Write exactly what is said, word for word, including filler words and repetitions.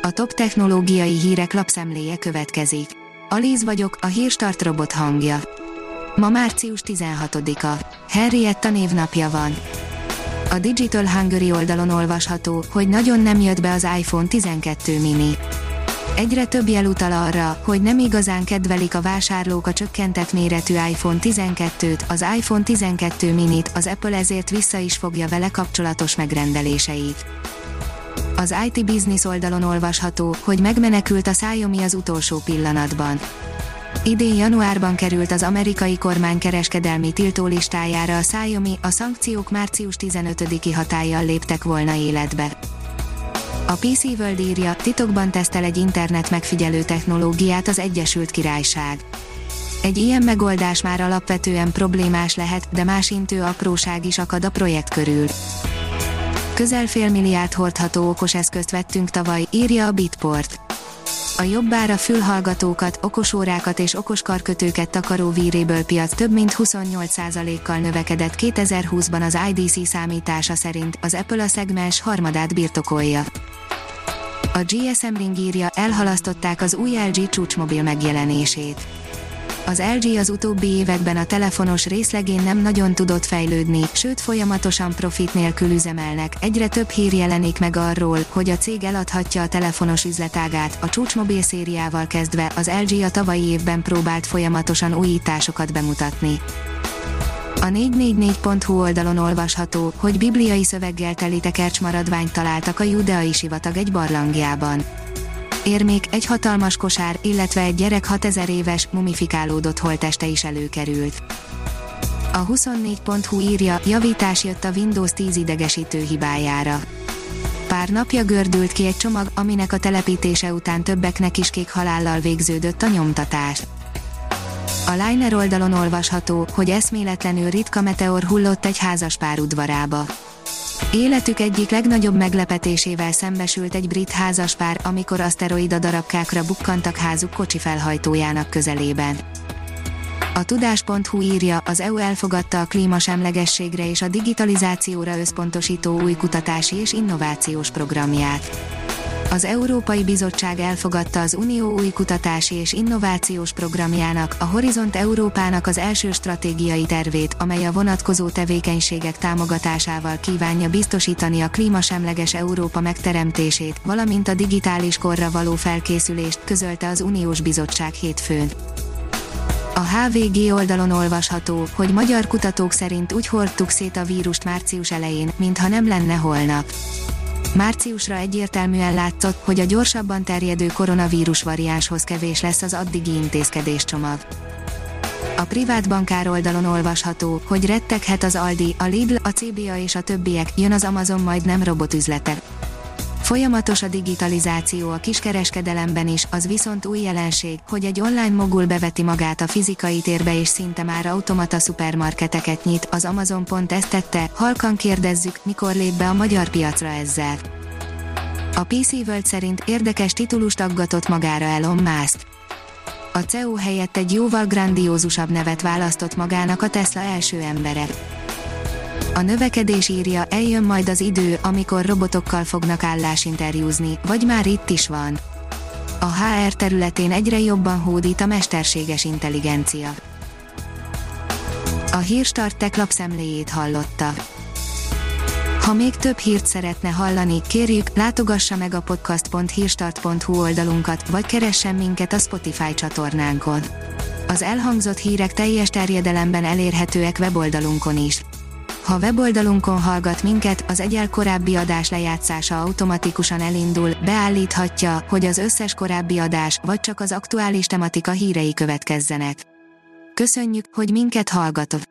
A top technológiai hírek lapszemléje következik. Alíz vagyok, a Hírstart robot hangja. Ma március tizenhatodika. Henrietta névnapja van. A Digital Hungary oldalon olvasható, hogy nagyon nem jött be az iPhone tizenkettő mini. Egyre több jel utal arra, hogy nem igazán kedvelik a vásárlók a csökkentett méretű iPhone tizenkettőt, az iPhone tizenkettő minit, az Apple ezért vissza is fogja vele kapcsolatos megrendeléseit. Az i té Business oldalon olvasható, hogy megmenekült a Xiaomi az utolsó pillanatban. Idén januárban került az amerikai kormány kereskedelmi tiltólistájára a Xiaomi, a szankciók március tizenötödiki hatállyal léptek volna életbe. A pé cé World írja, titokban tesztel egy internet megfigyelő technológiát az Egyesült Királyság. Egy ilyen megoldás már alapvetően problémás lehet, de más intő apróság is akad a projekt körül. Közel félmilliárd hordható okoseszközt vettünk tavaly, írja a Bitport. A jobbára fülhallgatókat, okosórákat és okoskarkötőket takaró Wearable piac több mint huszonnyolc százalékkal növekedett kétezer-húszban az i dé cé számítása szerint, az Apple a szegmens harmadát birtokolja. A gé es em Ring írja, elhalasztották az új el gé csúcsmobil megjelenését. Az el gé az utóbbi években a telefonos részlegén nem nagyon tudott fejlődni, sőt folyamatosan profit nélkül üzemelnek, egyre több hír jelenik meg arról, hogy a cég eladhatja a telefonos üzletágát, a csúcsmobil szériával kezdve, az el gé a tavalyi évben próbált folyamatosan újításokat bemutatni. A négy négy négy pont hu oldalon olvasható, hogy bibliai szöveggel teli tekercsmaradványt találtak a judeai sivatag egy barlangjában. Érmék, egy hatalmas kosár, illetve egy gyerek hatezer éves, mumifikálódott holtteste is előkerült. A huszonnégy pont hu írja, javítás jött a Windows tíz idegesítő hibájára. Pár napja gördült ki egy csomag, aminek a telepítése után többeknek is kék halállal végződött a nyomtatás. A Liner oldalon olvasható, hogy eszméletlenül ritka meteor hullott egy házaspár udvarába. Életük egyik legnagyobb meglepetésével szembesült egy brit házaspár, amikor aszteroida darabkákra bukkantak házuk kocsi felhajtójának közelében. A tudás pont hu írja, az é u elfogadta a klímasemlegességre és a digitalizációra összpontosító új kutatási és innovációs programját. Az Európai Bizottság elfogadta az Unió új kutatási és innovációs programjának, a Horizont Európának az első stratégiai tervét, amely a vonatkozó tevékenységek támogatásával kívánja biztosítani a klímasemleges Európa megteremtését, valamint a digitális korra való felkészülést, közölte az Uniós Bizottság hétfőn. A há vé gé oldalon olvasható, hogy magyar kutatók szerint úgy hordtuk szét a vírust március elején, mintha nem lenne holnap. Márciusra egyértelműen látszott, hogy a gyorsabban terjedő koronavírus variánshoz kevés lesz az addigi intézkedéscsomag. A privát bankár oldalon olvasható, hogy retteghet az Aldi, a Lidl, a cé bé á és a többiek, jön az Amazon majd nem robotüzlete. Folyamatos a digitalizáció a kiskereskedelemben is, az viszont új jelenség, hogy egy online mogul beveti magát a fizikai térbe és szinte már automata szupermarketeket nyit, az Amazon pont ezt tette, halkan kérdezzük, mikor lép be a magyar piacra ezzel. A pé cé World szerint érdekes titulust aggatott magára Elon Musk. A cé e o helyett egy jóval grandiózusabb nevet választott magának a Tesla első embere. A növekedés írja, eljön majd az idő, amikor robotokkal fognak állásinterjúzni, vagy már itt is van. A há er területén egyre jobban hódít a mesterséges intelligencia. A Hírstart Tech lapszemléjét hallotta. Ha még több hírt szeretne hallani, kérjük, látogassa meg a podcast pont hírstart pont hu oldalunkat, vagy keressen minket a Spotify csatornánkon. Az elhangzott hírek teljes terjedelemben elérhetőek weboldalunkon is. Ha weboldalunkon hallgat minket, az egyel korábbi adás lejátszása automatikusan elindul, beállíthatja, hogy az összes korábbi adás, vagy csak az aktuális tematika hírei következzenek. Köszönjük, hogy minket hallgatott!